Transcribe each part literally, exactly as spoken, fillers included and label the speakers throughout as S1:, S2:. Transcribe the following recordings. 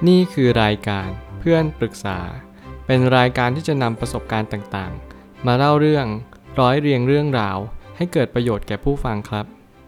S1: นี่คือรายการเพื่อนปรึกษาเป็นรายการที่จะนำประสบการณ์ต่างๆมาเล่าเรื่องร้อยเรียงเรื่องราวให้เกิดประโยชน์แก่ผู้ฟังครับ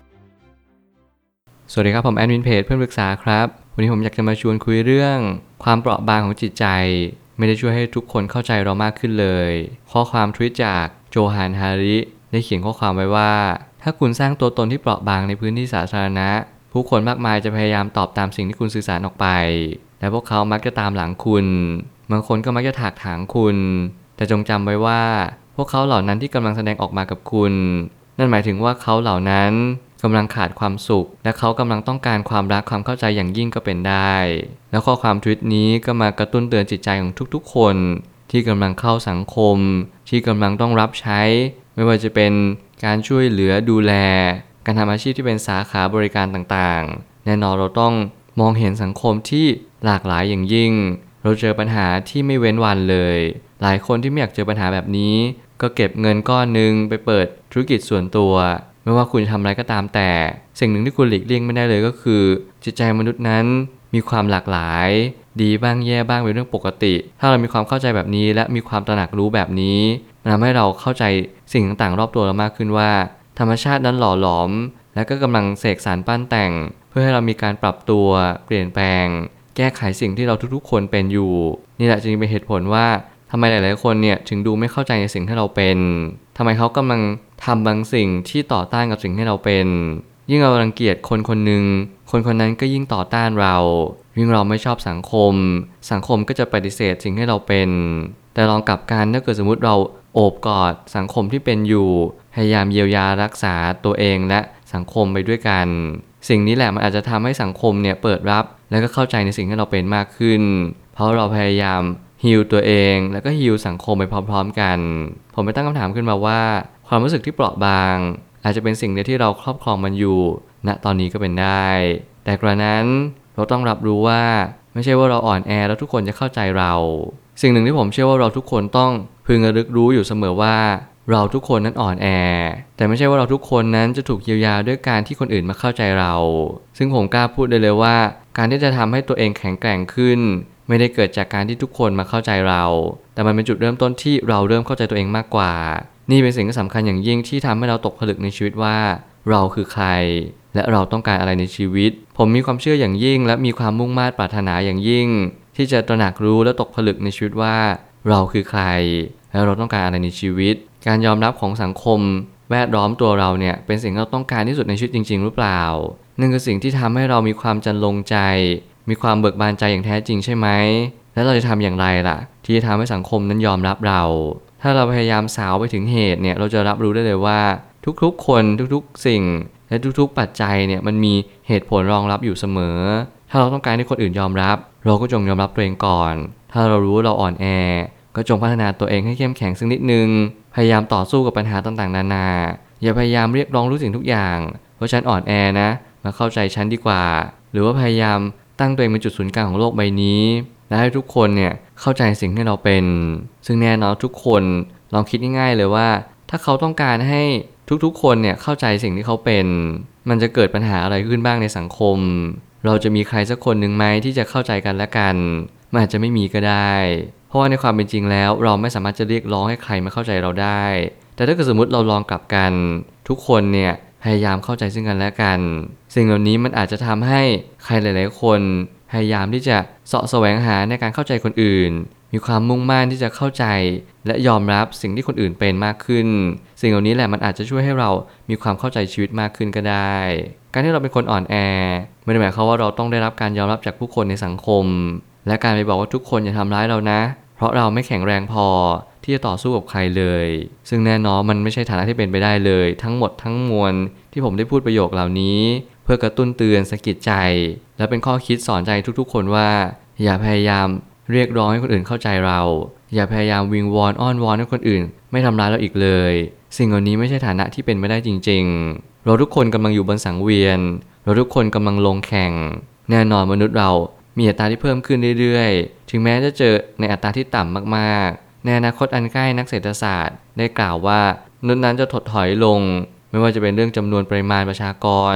S1: สวัสดีครับผมแอดมินเพจเพื่อนปรึกษาครับวันนี้ผมอยากจะมาชวนคุยเรื่องความเปราะบางของจิตใจไม่ได้ช่วยให้ทุกคนเข้าใจเรามากขึ้นเลยข้อความทวิตจากโจฮานฮาริได้เขียนข้อความไว้ว่าถ้าคุณสร้างตัวตนที่เปราะบางในพื้นที่สาธารณะผู้คนมากมายจะพยายามตอบตามสิ่งที่คุณสื่อสารออกไปและพวกเขามักจะตามหลังคุณบางคนก็มักจะถากถางคุณแต่จงจำไว้ว่าพวกเขาเหล่านั้นที่กำลังแสดงออกมากับคุณนั่นหมายถึงว่าเขาเหล่านั้นกำลังขาดความสุขและเขากำลังต้องการความรักความเข้าใจอย่างยิ่งก็เป็นได้แล้วข้อความทวิตนี้ก็มากระตุ้นเตือนจิตใจของทุกๆคนที่กำลังเข้าสังคมที่กำลังต้องรับใช้ไม่ว่าจะเป็นการช่วยเหลือดูแลการทำอาชีพที่เป็นสาขาบริการต่างๆแน่นอนเราต้องมองเห็นสังคมที่หลากหลายอย่างยิ่งเราเจอปัญหาที่ไม่เว้นวันเลยหลายคนที่ไม่อยากเจอปัญหาแบบนี้ก็เก็บเงินก้อนนึงไปเปิดธุรกิจส่วนตัวไม่ว่าคุณจะทำอะไรก็ตามแต่สิ่งหนึ่งที่คุณหลีกเลี่ยงไม่ได้เลยก็คือจิตใจมนุษย์นั้นมีความหลากหลายดีบ้างแย่บ้างเป็นเรื่องปกติถ้าเรามีความเข้าใจแบบนี้และมีความตระหนักรู้แบบนี้มันทำให้เราเข้าใจสิ่งต่างๆรอบตัวเรามากขึ้นว่าธรรมชาตินั้นหล่อหลอมและก็กำลังเสกสรรปั้นแต่งเพื่อให้เรามีการปรับตัวเปลี่ยนแปลงแก้ไขสิ่งที่เราทุกๆคนเป็นอยู่นี่แหละจึงเป็นเหตุผลว่าทำไมหลายๆคนเนี่ยถึงดูไม่เข้าใจในสิ่งที่เราเป็นทำไมเขากำลังทำบางสิ่งที่ต่อต้านกับสิ่งที่เราเป็นยิ่งเรารังเกียจคนคนหนึ่งคนคนนั้นก็ยิ่งต่อต้านเรายิ่งเราไม่ชอบสังคมสังคมก็จะปฏิเสธสิ่งที่เราเป็นแต่ลองกลับกันถ้าเกิดสมมติเราโอบกอดสังคมที่เป็นอยู่พยายามเยียวยารักษาตัวเองและสังคมไปด้วยกันสิ่งนี้แหละมันอาจจะทำให้สังคมเนี่ยเปิดรับและก็เข้าใจในสิ่งที่เราเป็นมากขึ้นเพราะเราพยายามฮีลตัวเองแล้วก็ฮีลสังคมไปพร้อมๆกันผมไปตั้งคำถามขึ้นมาว่าความรู้สึกที่เปราะบางอาจจะเป็นสิ่งเดียวที่เราครอบครองมันอยู่ณตอนนี้ก็เป็นได้แต่กระนั้นเราต้องรับรู้ว่าไม่ใช่ว่าเราอ่อนแอแล้วทุกคนจะเข้าใจเราสิ่งหนึ่งที่ผมเชื่อว่าเราทุกคนต้องพึงระลึกรู้อยู่เสมอว่าเราทุกคนนั้นอ่อนแอแต่ไม่ใช่ว่าเราทุกคนนั้นจะถูกเยียวยาด้วยการที่คนอื่นมาเข้าใจเราซึ่งผมกล้าพูดได้เลยว่าการที่จะทำให้ตัวเองแข็งแกร่งขึ้นไม่ได้เกิดจากการที่ทุกคนมาเข้าใจเราแต่มันเป็นจุดเริ่มต้นที่เราเริ่มเข้าใจตัวเองมากกว่านี่เป็นสิ่งที่สำคัญอย่างยิ่งที่ทำให้เราตกผลึกในชีวิตว่าเราคือใครและเราต้องการอะไรในชีวิตผมมีความเชื่ออย่างยิ่งและมีความมุ่งมั่นปรารถนาอย่างยิ่งที่จะตระหนักรู้และตกผลึกในชีวิตว่าเราคือใครและเราต้องการอะไรในชีวิตการยอมรับของสังคมแวดล้อมตัวเราเนี่ยเป็นสิ่งที่เราต้องการที่สุดในชีวิตจริงๆหรือเปล่านั่นคือสิ่งที่ทำให้เรามีความจันลงใจมีความเบิกบานใจอย่างแท้จริงใช่ไหมและเราจะทำอย่างไรล่ะที่จะทำให้สังคมนั้นยอมรับเราถ้าเราพยายามสาวไปถึงเหตุเนี่ยเราจะรับรู้ได้เลยว่าทุกๆคนทุกๆสิ่งและทุกๆปัจจัยเนี่ยมันมีเหตุผลรองรับอยู่เสมอถ้าเราต้องการให้คนอื่นยอมรับเราก็จงยอมรับตัวเองก่อนถ้าเรารู้ว่าเราอ่อนแอก็จงพัฒนาตัวเองให้เข้มแข็งสักนิดนึงพยายามต่อสู้กับปัญหาต่างๆนานาอย่าพยายามเรียกร้องทุกสิ่งทุกอย่างเพราะฉันอ่อนแอนะมาเข้าใจฉันดีกว่าหรือว่าพยายามตั้งตัวเองเป็นจุดศูนย์กลางของโลกใบนี้และให้ทุกคนเนี่ยเข้าใจสิ่งที่เราเป็นซึ่งแน่นอนทุกคนลองคิดง่ายๆเลยว่าถ้าเขาต้องการให้ทุกๆคนเนี่ยเข้าใจสิ่งที่เขาเป็นมันจะเกิดปัญหาอะไรขึ้นบ้างในสังคมเราจะมีใครสักคนหนึ่งไหมที่จะเข้าใจกันและกันมันอาจจะไม่มีก็ได้เพราะว่าในความเป็นจริงแล้วเราไม่สามารถจะเรียกร้องให้ใครมาเข้าใจเราได้แต่ถ้าเกิดสมมติเราลองกลับกันทุกคนเนี่ยพยายามเข้าใจซึ่งกันและกันสิ่งเหล่านี้มันอาจจะทำให้ใครหลายๆคนพยายามที่จะเสาะแสวงหาในการเข้าใจคนอื่นมีความมุ่งมั่นที่จะเข้าใจและยอมรับสิ่งที่คนอื่นเป็นมากขึ้นสิ่งเหล่านี้แหละมันอาจจะช่วยให้เรามีความเข้าใจชีวิตมากขึ้นก็ได้การที่เราเป็นคนอ่อนแอไม่ได้หมายความว่าเราต้องได้รับการยอมรับจากผู้คนในสังคมและการไปบอกว่าทุกคนอย่าทำร้ายเรานะเพราะเราไม่แข็งแรงพอที่จะต่อสู้กับใครเลยซึ่งแน่นอนมันไม่ใช่ฐานะที่เป็นไปได้เลยทั้งหมดทั้งมวลที่ผมได้พูดประโยคเหล่านี้เพื่อกระตุ้นเตือนสะกิดใจและเป็นข้อคิดสอนใจทุกๆคนว่าอย่าพยายามเรียกร้องให้คนอื่นเข้าใจเราอย่าพยายามวิงวอนอ้อนวอนให้คนอื่นไม่ทำร้ายเราอีกเลยสิ่งเหล่านี้ไม่ใช่ฐานะที่เป็นไปได้จริงๆเราทุกคนกำลังอยู่บนสังเวียนเราทุกคนกำลังลงแข่งแน่นอนมนุษย์เรามีอัตราที่เพิ่มขึ้นเรื่อยๆถึงแม้จะเจอในอัตราที่ต่ำมากๆในอนาคตอันใกล้นักเศรษฐศาสตร์ได้กล่าวว่ามนุษย์นั้นจะถดถอยลงไม่ว่าจะเป็นเรื่องจำนวนปริมาณประชากร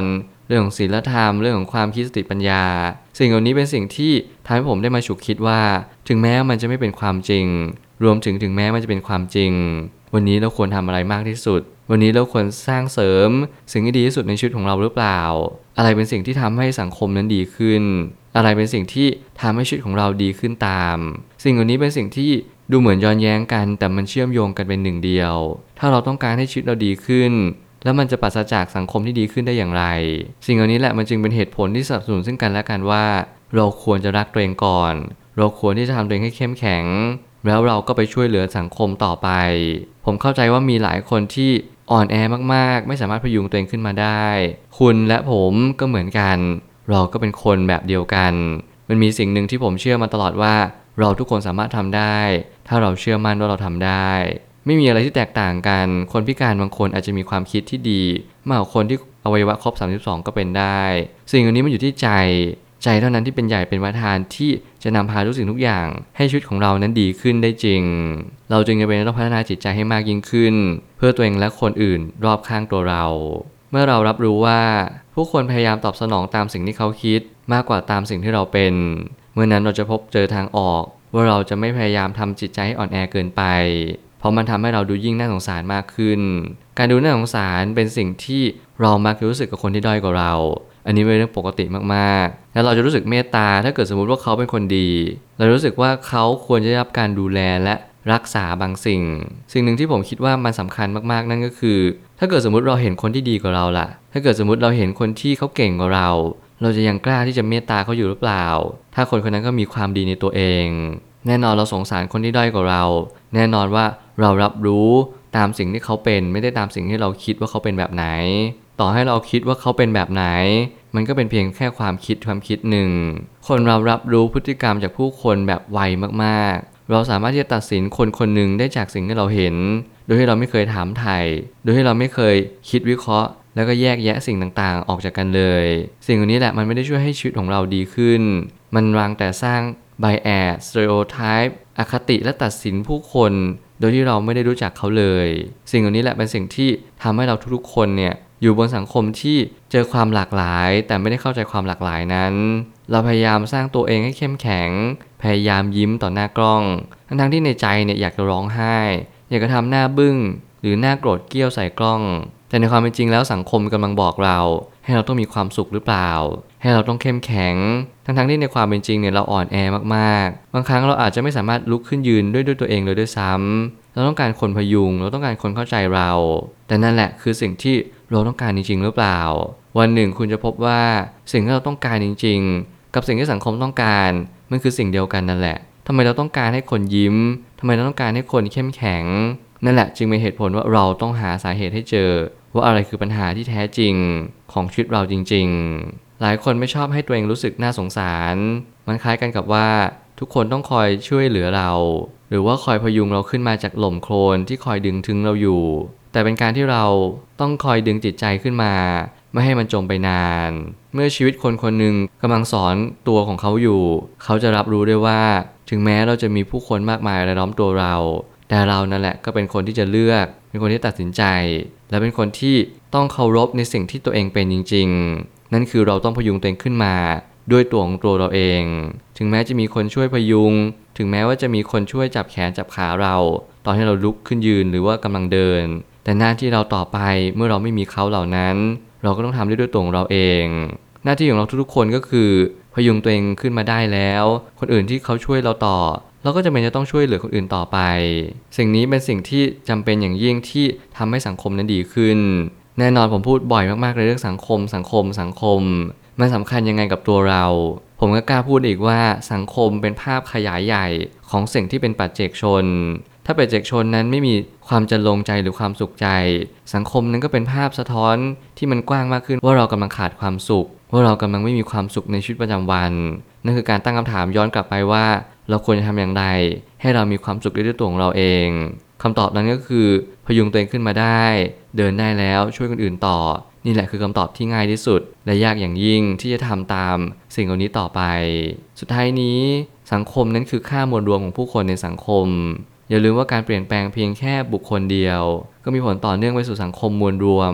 S1: เรื่องของศีลธรรมเรื่องของความคิดสติปัญญาสิ่งเหล่านี้เป็นสิ่งที่ทำให้ผมได้มาฉุกคิดว่าถึงแม้มันจะไม่เป็นความจริงรวมถึงถึงแม้มันจะเป็นความจริงวันนี้เราควรทำอะไรมากที่สุดวันนี้เราควรสร้างเสริมสิ่งที่ดีที่สุดในชีวิตของเราหรือเปล่าอะไรเป็นสิ่งที่ทำให้สังคมนั้นดีขึ้นอะไรเป็นสิ่งที่ทำให้ชีวิตของเราดีขึ้นตามสิ่งเหล่านี้เป็นสิ่งที่ดูเหมือนย้อนแย้งกันแต่มันเชื่อมโยงกันเป็นหนึ่งเดียวถ้าเราต้องการให้ชีวิตเราดีขึ้นแล้วมันจะปราศจากสังคมที่ดีขึ้นได้อย่างไรสิ่งเหล่านี้แหละมันจึงเป็นเหตุผลที่สนับสนุนซึ่งกันและกันว่าเราควรจะรักตัวเองก่อนเราควรที่จะทำตัวเองให้เข้มแข็งแล้วเราก็ไปช่วยเหลือสังคมต่อไปผมเข้าใจว่ามีหลายคนที่อ่อนแอมากๆไม่สามารถพยุงตัวเองขึ้นมาได้คุณและผมก็เหมือนกันเราก็เป็นคนแบบเดียวกันมันมีสิ่งหนึ่งที่ผมเชื่อมาตลอดว่าเราทุกคนสามารถทำได้ถ้าเราเชื่อมั่นว่าเราทำได้ไม่มีอะไรที่แตกต่างกันคนพิการบางคนอาจจะมีความคิดที่ดีมากกว่าคนที่อวัยวะครบสามสิบสองก็เป็นได้สิ่งเหล่านี้มันอยู่ที่ใจใจเท่านั้นที่เป็นใหญ่เป็นประธานที่จะนำพาทุกสิ่งทุกอย่างให้ชีวิตของเรานั้นดีขึ้นได้จริงเราจึงจำเป็นต้องพัฒนาจิตใจให้มากยิ่งขึ้นเพื่อตัวเองและคนอื่นรอบข้างตัวเราเมื่อเรารับรู้ว่าผู้คนพยายามตอบสนองตามสิ่งที่เขาคิดมากกว่าตามสิ่งที่เราเป็นเมื่อนั้นเราจะพบเจอทางออกว่าเราจะไม่พยายามทำจิตใจให้อ่อนแอเกินไปเพราะมันทำให้เราดูยิ่งน่าสงสารมากขึ้นการดูน่าสงสารเป็นสิ่งที่เรามักจะรู้สึกกับคนที่ด้อยกว่าเราอันนี้เป็นเรื่องปกติมากๆแล้วเราจะรู้สึกเมตตาถ้าเกิดสมมุติว่าเขาเป็นคนดีเรารู้สึกว่าเขาควรจะได้รับการดูแลและรักษาบางสิ่งสิ่งหนึ่งที่ผมคิดว่ามันสำคัญมากๆนั่นก็คือถ้าเกิดสมมุติเราเห็นคนที่ดีกว่าเราล่ะถ้าเกิดสมมุติเราเห็นคนที่เขาเก่งกว่าเราเราจะยังกล้าที่จะเมตตาเขาอยู่หรือเปล่าถ้าคนคนนั้นก็มีความดีในตัวเองแน่นอนเราสงสารคนที่ด้อยกว่าเราแน่นอนว่าเรารับรู้ตามสิ่งที่เขาเป็นไม่ได้ตามสิ่งที่เราคิดว่าเขาเป็นแบบไหนต่อให้เราคิดว่าเขาเป็นแบบไหนมันก็เป็นเพียงแค่ความคิดความคิดหนึ่งคนเรารับรู้พฤติกรรมจากผู้คนแบบไวมากๆเราสามารถที่จะตัดสินคนคนหนึ่งได้จากสิ่งที่เราเห็นโดยที่เราไม่เคยถามไถ่โดยที่เราไม่เคยคิดวิเคราะห์แล้วก็แยกแยะสิ่งต่างๆออกจากกันเลยสิ่งเหล่านี้แหละมันไม่ได้ช่วยให้ชีวิตของเราดีขึ้นมันวางแต่สร้าง bias stereotype อคติและตัดสินผู้คนโดยที่เราไม่ได้รู้จักเขาเลยสิ่งเหล่านี้แหละเป็นสิ่งที่ทำให้เราทุกๆคนเนี่ยอยู่บนสังคมที่เจอความหลากหลายแต่ไม่ได้เข้าใจความหลากหลายนั้นเราพยายามสร้างตัวเองให้เข้มแข็งพยายามยิ้มต่อหน้ากล้องทั้งๆที่ในใจเนี่ยอยากจะร้องไห้อยากจะทำหน้าบึ้งหรือหน้าโกรธเกรี้ยวใส่กล้องแต่ในความเป็นจริงแล้วสังคมกำลังบอกเราให้เราต้องมีความสุขหรือเปล่าให้เราต้องเข้มแข็งทั้งๆที่ในความเป็นจริงเนี่ยเราอ่อนแอมากๆบางครั้งเราอาจจะไม่สามารถลุกขึ้นยืนด้วยด้วยตัวเองเลยด้วยซ้ำเราต้องการคนพยุงเราต้องการคนเข้าใจเราแต่นั่นแหละคือสิ่งที่เราต้องการจริงๆหรือเปล่าวันหนึ่งคุณจะพบว่าสิ่งที่เราต้องการจริงๆกับสิ่งที่สังคมต้องการมันคือสิ่งเดียวกันนั่นแหละทำไมเราต้องการให้คนยิ้มทำไมเราต้องการให้คนเข้มแข็งนั่นแหละจึงเป็นเหตุผลว่าเราต้องหาสาเหตุให้เจอว่าอะไรคือปัญหาที่แท้จริงของชีวิตเราจริงๆหลายคนไม่ชอบให้ตัวเองรู้สึกน่าสงสารมันคล้ายกันกับว่าทุกคนต้องคอยช่วยเหลือเราหรือว่าคอยพยุงเราขึ้นมาจากหล่มโคลนที่คอยดึงถึงเราอยู่แต่เป็นการที่เราต้องคอยดึงจิตใจขึ้นมาไม่ให้มันจมไปนานเมื่อชีวิตคนคนหนึ่งกำลังสอนตัวของเขาอยู่เขาจะรับรู้ได้ว่าถึงแม้เราจะมีผู้คนมากมายรายล้อมตัวเราแต่เรานั่นแหละก็เป็นคนที่จะเลือกเป็นคนที่ตัดสินใจและเป็นคนที่ต้องเคารพในสิ่งที่ตัวเองเป็นจริงๆนั่นคือเราต้องพยุงตัวเองขึ้นมาด้วยตัวของตัวเราเองถึงแม้จะมีคนช่วยพยุงถึงแม้ว่าจะมีคนช่วยจับแขนจับขาเราตอนที่เราลุกขึ้นยืนหรือว่ากำลังเดินแต่หน้าที่เราต่อไปเมื่อเราไม่มีเขาเหล่านั้นเราก็ต้องทำได้ด้วยตัวของเราเองหน้าที่ของเราทุกๆคนก็คือพยุงตัวเองขึ้นมาได้แล้วคนอื่นที่เขาช่วยเราต่อเราก็จำเป็นจะต้องช่วยเหลือคนอื่นต่อไปสิ่งนี้เป็นสิ่งที่จำเป็นอย่างยิ่งที่ทำให้สังคมนั้นดีขึ้นแน่นอนผมพูดบ่อยมากๆในเรื่องสังคมสังคมสังคมมันสำคัญยังไงกับตัวเราผมก็กล้าพูดอีกว่าสังคมเป็นภาพขยายใหญ่ของสิ่งที่เป็นปัจเจกชนถ้าปัจเจกชนนั้นไม่มีความจะลงใจหรือความสุขใจสังคมนั้นก็เป็นภาพสะท้อนที่มันกว้างมากขึ้นว่าเรากำลังขาดความสุขว่าเรากำลังไม่มีความสุขในชีวิตประจำวันนั่นคือการตั้งคำถามย้อนกลับไปว่าเราควรจะทำอย่างไรให้เรามีความสุขด้วยตัวของเราเองคำตอบนั้นก็คือพยุงตัวเองขึ้นมาได้เดินได้แล้วช่วยคนอื่นต่อนี่แหละคือคำตอบที่ง่ายที่สุดและยากอย่างยิ่งที่จะทำตามสิ่งเหล่านี้ต่อไปสุดท้ายนี้สังคมนั้นคือค่ามวลรวมของผู้คนในสังคมอย่าลืมว่าการเปลี่ยนแปลงเพียงแค่บุคคลเดียวก็มีผลต่อเนื่องไปสู่สังคมมวลรวม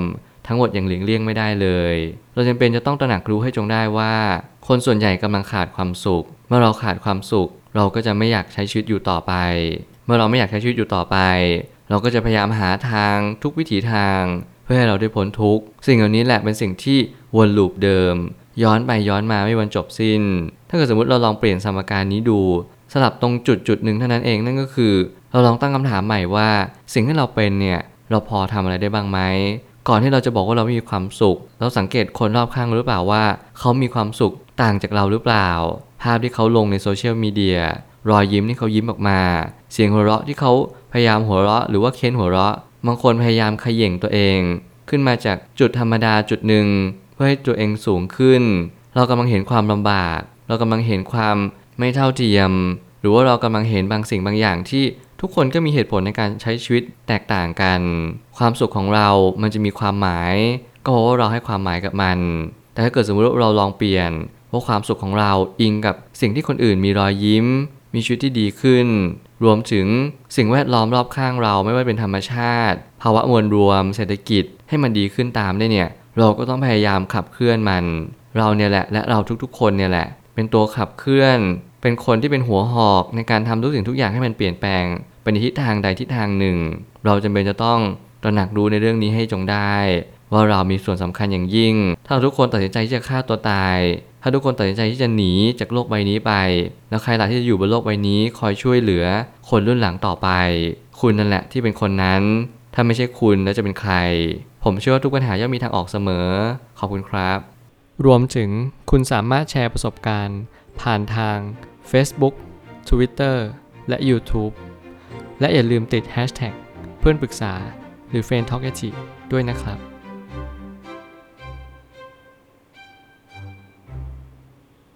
S1: ทั้งหมดอย่างหลีกเลี่ยงไม่ได้เลยเราจำเป็นจะต้องตระหนักรู้ให้จงได้ว่าคนส่วนใหญ่กำลังขาดความสุขเมื่อเราขาดความสุขเราก็จะไม่อยากใช้ชีวิตอยู่ต่อไปเมื่อเราไม่อยากใช้ชีวิตอยู่ต่อไปเราก็จะพยายามหาทางทุกวิถีทางเพื่อให้เราได้พ้นทุกข์สิ่งเหล่านี้แหละเป็นสิ่งที่วนลูปเดิมย้อนไปย้อนมาไม่มีวันจบสิ้นถ้าเกิดสมมติเราลองเปลี่ยนสมการนี้ดูสลับตรงจุดจุดหนึ่งเท่านั้นเองนั่นก็คือเราลองตั้งคำถามใหม่ว่าสิ่งที่เราเป็นเนี่ยเราพอทำอะไรได้บ้างไหมก่อนที่เราจะบอกว่าเราไม่มีความสุขเราสังเกตคนรอบข้างหรือเปล่าว่าเขามีความสุขต่างจากเราหรือเปล่าภาพที่เขาลงในโซเชียลมีเดียรอยยิ้มที่เขายิ้มออกมาเสียงหัวเราะที่เขาพยายามหัวเราะหรือว่าเค้นหัวเราะบางคนพยายามเขย่งตัวเองขึ้นมาจากจุดธรรมดาจุดหนึ่งเพื่อให้ตัวเองสูงขึ้นเรากำลังเห็นความลำบากเรากำลังเห็นความไม่เท่าเทียมหรือว่าเรากำลังเห็นบางสิ่งบางอย่างที่ทุกคนก็มีเหตุผลในการใช้ชีวิตแตกต่างกันความสุขของเรามันจะมีความหมายก็เพราะว่าเราให้ความหมายกับมันแต่ถ้าเกิดสมมติว่าเราลองเปลี่ยนว่าความสุขของเราอิงกับสิ่งที่คนอื่นมีรอยยิ้มมีชีวิตที่ดีขึ้นรวมถึงสิ่งแวดล้อมรอบข้างเราไม่ว่าเป็นธรรมชาติภาวะมวลรวมเศรษฐกิจให้มันดีขึ้นตามได้เนี่ยเราก็ต้องพยายามขับเคลื่อนมันเราเนี่ยแหละและเราทุกๆคนเนี่ยแหละเป็นตัวขับเคลื่อนเป็นคนที่เป็นหัวหอกในการทำทุกสิ่งทุกอย่างให้มันเปลี่ยนแปลงไปในทิศทางใดทิศทางหนึ่งเราจำเป็นจะต้องตระหนักรู้ในเรื่องนี้ให้จงได้ว่าเรามีส่วนสำคัญอย่างยิ่งถ้าทุกคนตัดสินใจที่จะฆ่าตัวตายถ้าทุกคนตัดสินใจที่จะหนีจากโลกใบนี้ไปแล้วใครล่ะที่จะอยู่บนโลกใบนี้คอยช่วยเหลือคนรุ่นหลังต่อไปคุณนั่นแหละที่เป็นคนนั้นถ้าไม่ใช่คุณแล้วจะเป็นใครผมเชื่อว่าทุกปัญหาย่อมมีทางออกเสมอขอบคุณครับรวมถึงคุณสามารถแชร์ประสบการณ์ผ่านทาง Facebook Twitter และ YouTube และอย่าลืมติด แฮชแท็ก เพื่อนปรึกษาหรือ เฟรนด์ ทอล์ก ด้วยนะครับ